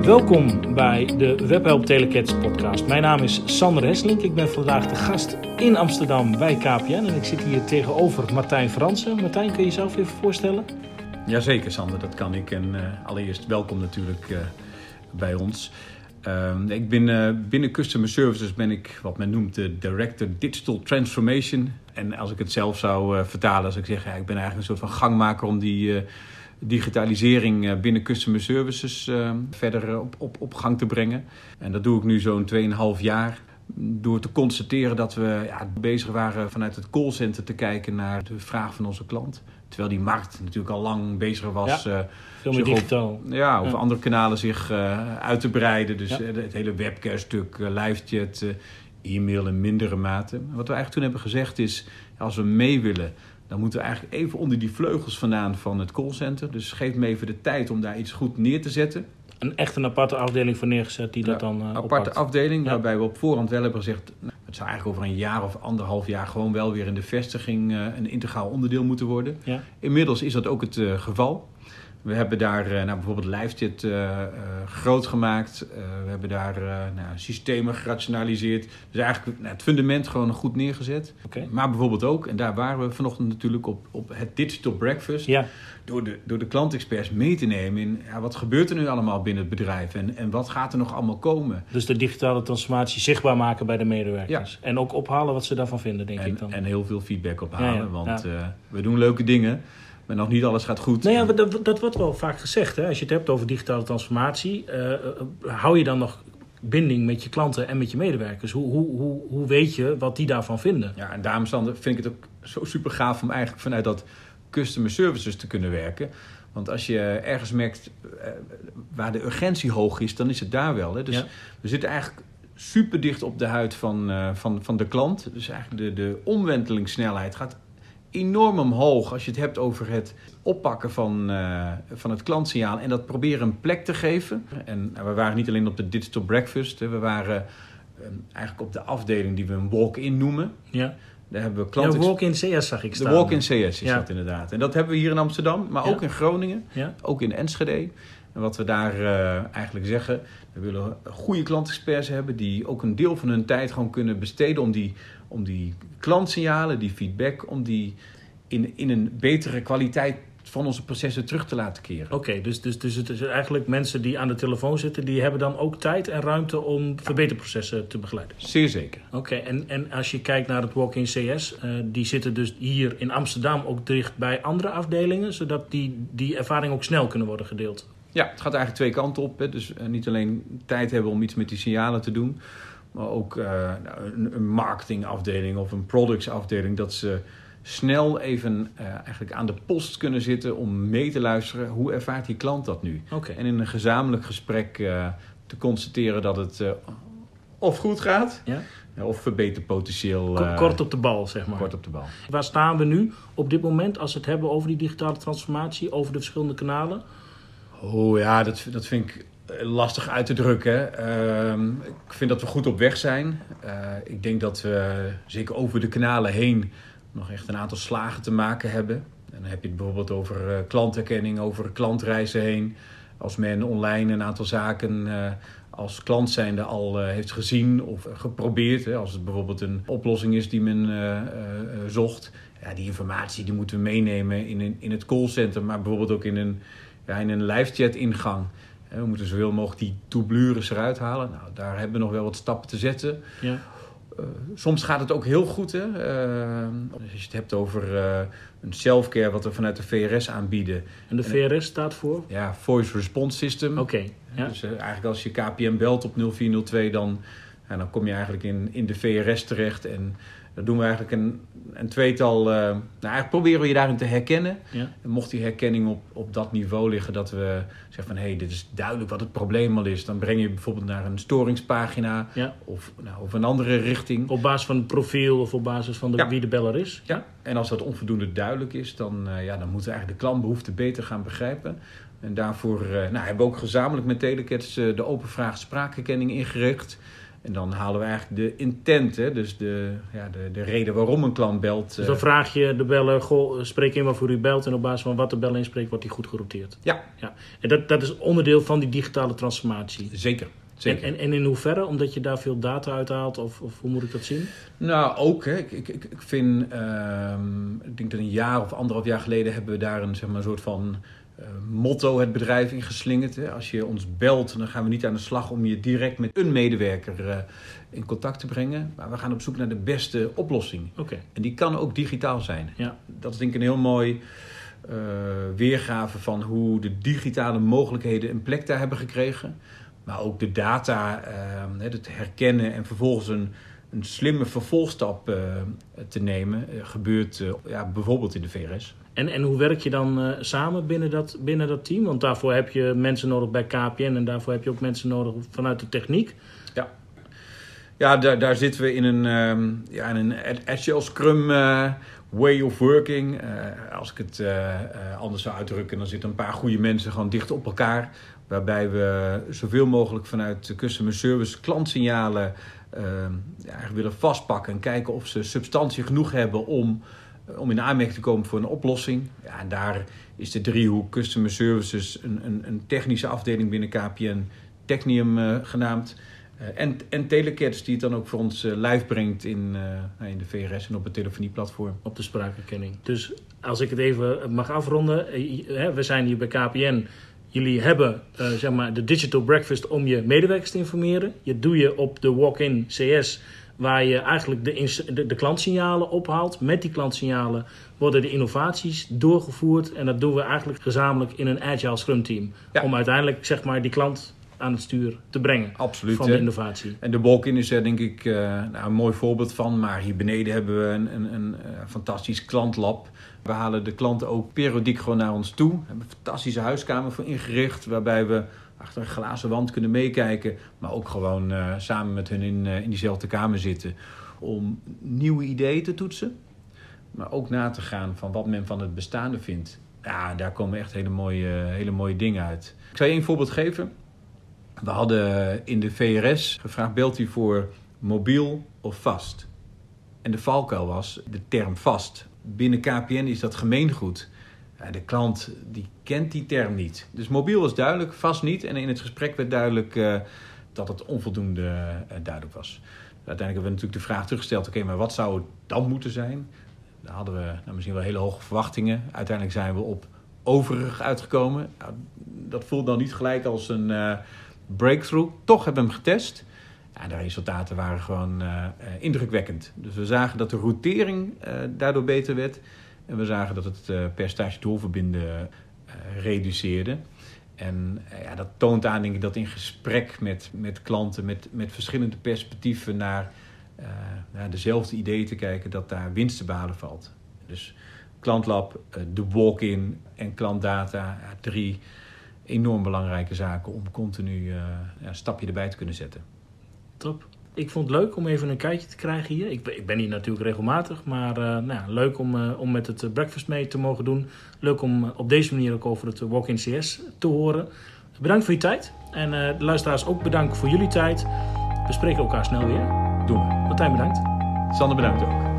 Welkom bij de Webhelp Telecats podcast. Mijn naam is Sander Hesselink. Ik ben vandaag de gast in Amsterdam bij KPN. En ik zit hier tegenover Martijn Fransen. Martijn, kun je jezelf even voorstellen? Jazeker, Sander, dat kan ik. En allereerst welkom natuurlijk bij ons. Ik ben binnen Customer Services ben ik wat men noemt de Director Digital Transformation. En als ik het zelf zou vertalen, als ik zeg, ik ben eigenlijk een soort van gangmaker om die digitalisering binnen Customer Services verder op gang te brengen. En dat doe ik nu zo'n 2,5 jaar. Door te constateren dat we bezig waren vanuit het callcenter te kijken naar de vraag van onze klant. Terwijl die markt natuurlijk al lang bezig was. Veel meer digitaal. Over andere kanalen zich uit te breiden. Dus het hele webcam-stuk, livechat, e-mail in mindere mate. Wat we eigenlijk toen hebben gezegd is, als we mee willen, dan moeten we eigenlijk even onder die vleugels vandaan van het callcenter. Dus geef me even de tijd om daar iets goed neer te zetten. Een aparte afdeling voor neergezet die dat dan Een aparte afdeling, waarbij we op voorhand wel hebben gezegd, het zou eigenlijk over een jaar of 1,5 jaar gewoon wel weer in de vestiging een integraal onderdeel moeten worden. Ja. Inmiddels is dat ook het geval. We hebben daar bijvoorbeeld LiveChat groot gemaakt. We hebben daar systemen gerationaliseerd. Dus eigenlijk het fundament gewoon goed neergezet. Okay. Maar bijvoorbeeld ook, en daar waren we vanochtend natuurlijk op het Digital Breakfast. Ja. Door de klantexperts mee te nemen in wat gebeurt er nu allemaal binnen het bedrijf. En wat gaat er nog allemaal komen. Dus de digitale transformatie zichtbaar maken bij de medewerkers. Ja. En ook ophalen wat ze daarvan vinden, denk ik dan. En heel veel feedback ophalen. Want we doen leuke dingen. Maar nog niet alles gaat goed. Dat wordt wel vaak gezegd. Hè? Als je het hebt over digitale transformatie, hou je dan nog binding met je klanten en met je medewerkers? Hoe weet je wat die daarvan vinden? Ja, en daarom vind ik het ook zo super gaaf om eigenlijk vanuit dat customer services te kunnen werken. Want als je ergens merkt waar de urgentie hoog is, dan is het daar wel. Hè? Dus we zitten eigenlijk super dicht op de huid van de klant. Dus eigenlijk de omwentelingssnelheid gaat enorm omhoog als je het hebt over het oppakken van het klantsignaal en dat proberen een plek te geven. En we waren niet alleen op de Digital Breakfast, we waren eigenlijk op de afdeling die we een walk-in noemen. Ja. Daar hebben we klanten. Ja, walk-in CS zag ik staan. De walk-in CS is dat inderdaad. En dat hebben we hier in Amsterdam, maar ook in Groningen, ook in Enschede. En wat we daar eigenlijk zeggen, we willen goede klantexperts hebben die ook een deel van hun tijd gewoon kunnen besteden om die klantsignalen, die feedback, om die in een betere kwaliteit van onze processen terug te laten keren. Oké, dus het is eigenlijk mensen die aan de telefoon zitten, die hebben dan ook tijd en ruimte om verbeterprocessen te begeleiden? Zeer zeker. Oké, en als je kijkt naar het walk-in CS, die zitten dus hier in Amsterdam ook dicht bij andere afdelingen, zodat die ervaring ook snel kunnen worden gedeeld? Ja, het gaat eigenlijk 2 kanten op. Hè. Dus niet alleen tijd hebben om iets met die signalen te doen, maar ook een marketingafdeling of een productsafdeling, dat ze snel even eigenlijk aan de post kunnen zitten om mee te luisteren. Hoe ervaart die klant dat nu? Okay. En in een gezamenlijk gesprek te constateren dat het of goed gaat, of verbeterpotentieel. Kort op de bal, zeg maar. Kort op de bal. Waar staan we nu op dit moment als we het hebben over die digitale transformatie, over de verschillende kanalen? Oh ja, dat vind ik lastig uit te drukken. Ik vind dat we goed op weg zijn. Ik denk dat we zeker over de kanalen heen nog echt een aantal slagen te maken hebben. En dan heb je het bijvoorbeeld over klantherkenning, over klantreizen heen. Als men online een aantal zaken als klant zijnde al heeft gezien of geprobeerd. Hè, als het bijvoorbeeld een oplossing is die men zocht. Ja, die informatie die moeten we meenemen in het callcenter, maar bijvoorbeeld ook in een livechat ingang. We moeten zoveel mogelijk die doublures eruit halen. Nou, daar hebben we nog wel wat stappen te zetten. Ja. Soms gaat het ook heel goed. Hè? Als je het hebt over een self-care wat we vanuit de VRS aanbieden. En de VRS staat voor? Ja, Voice Response System. Oké. Ja. Dus eigenlijk als je KPN belt op 0402, dan kom je eigenlijk in de VRS terecht. En dat doen we eigenlijk een tweetal. Eigenlijk proberen we je daarin te herkennen. Ja. En mocht die herkenning op dat niveau liggen dat we zeggen van dit is duidelijk wat het probleem al is, dan breng je bijvoorbeeld naar een storingspagina of een andere richting. Op basis van het profiel of op basis van wie de beller is? Ja, en als dat onvoldoende duidelijk is, dan moeten we eigenlijk de klantbehoefte beter gaan begrijpen. En daarvoor hebben we ook gezamenlijk met Telecats de open vraag spraakherkenning ingericht. En dan halen we eigenlijk de intent, hè? Dus de reden waarom een klant belt. Dus dan vraag je de beller, spreek in waarvoor u belt. En op basis van wat de beller inspreekt, wordt die goed gerouteerd. Ja. En dat is onderdeel van die digitale transformatie. Zeker. En in hoeverre? Omdat je daar veel data uit haalt? Of hoe moet ik dat zien? Nou, ook. Hè. Ik vind, ik denk dat een jaar of 1,5 jaar geleden hebben we daar een soort van motto het bedrijf in geslingerd. Hè. Als je ons belt, dan gaan we niet aan de slag om je direct met een medewerker in contact te brengen. Maar we gaan op zoek naar de beste oplossing. Okay. En die kan ook digitaal zijn. Ja. Dat is denk ik een heel mooi weergave van hoe de digitale mogelijkheden een plek daar hebben gekregen. Maar ook de data, het herkennen en vervolgens een slimme vervolgstap te nemen, gebeurt bijvoorbeeld in de VRS. En hoe werk je dan samen binnen dat team? Want daarvoor heb je mensen nodig bij KPN en daarvoor heb je ook mensen nodig vanuit de techniek. Ja, daar zitten we in een Agile Scrum way of working. Als ik het anders zou uitdrukken, dan zitten een paar goede mensen gewoon dicht op elkaar. Waarbij we zoveel mogelijk vanuit de customer service klantsignalen eigenlijk willen vastpakken. En kijken of ze substantie genoeg hebben om in aanmerking te komen voor een oplossing. Ja, en daar is de driehoek customer services een technische afdeling binnen KPN, Technium genaamd. En Telecats die het dan ook voor ons live brengt in de VRS en op het telefonieplatform. Op de spraakherkenning. Dus als ik het even mag afronden. We zijn hier bij KPN. Jullie hebben de digital breakfast om je medewerkers te informeren. Je doe je op de walk-in CS, waar je eigenlijk de klantsignalen ophaalt. Met die klantsignalen worden de innovaties doorgevoerd. En dat doen we eigenlijk gezamenlijk in een Agile Scrum team. Ja. Om uiteindelijk die klant aan het stuur te brengen. Absoluut, van de innovatie. En de walk-in is er denk ik een mooi voorbeeld van. Maar hier beneden hebben we een fantastisch klantlab. We halen de klanten ook periodiek gewoon naar ons toe. We hebben een fantastische huiskamer voor ingericht, waarbij we achter een glazen wand kunnen meekijken. Maar ook gewoon samen met hun in diezelfde kamer zitten. Om nieuwe ideeën te toetsen. Maar ook na te gaan van wat men van het bestaande vindt. Ja, daar komen echt hele mooie dingen uit. Ik zal je 1 voorbeeld geven. We hadden in de VRS gevraagd, belt u voor mobiel of vast? En de valkuil was de term vast. Binnen KPN is dat gemeengoed. De klant die kent die term niet. Dus mobiel was duidelijk, vast niet. En in het gesprek werd duidelijk dat het onvoldoende duidelijk was. Uiteindelijk hebben we natuurlijk de vraag teruggesteld, oké, maar wat zou het dan moeten zijn? Daar hadden we misschien wel hele hoge verwachtingen. Uiteindelijk zijn we op overig uitgekomen. Nou, dat voelt dan niet gelijk als een breakthrough. Toch hebben we hem getest. Ja, de resultaten waren gewoon indrukwekkend. Dus we zagen dat de routering daardoor beter werd. En we zagen dat het percentage doorverbinden reduceerde. En dat toont aan, denk ik, dat in gesprek met klanten, met verschillende perspectieven naar dezelfde ideeën te kijken, dat daar winst te behalen valt. Dus klantlab, de walk-in en klantdata, 3 enorm belangrijke zaken om continu een stapje erbij te kunnen zetten. Top. Ik vond het leuk om even een kijkje te krijgen hier. Ik ben hier natuurlijk regelmatig, maar leuk om met het breakfast mee te mogen doen. Leuk om op deze manier ook over het walk-in CS te horen. Bedankt voor je tijd. En de luisteraars ook bedankt voor jullie tijd. We spreken elkaar snel weer. Doen we. Martijn, bedankt. Sander, bedankt ook.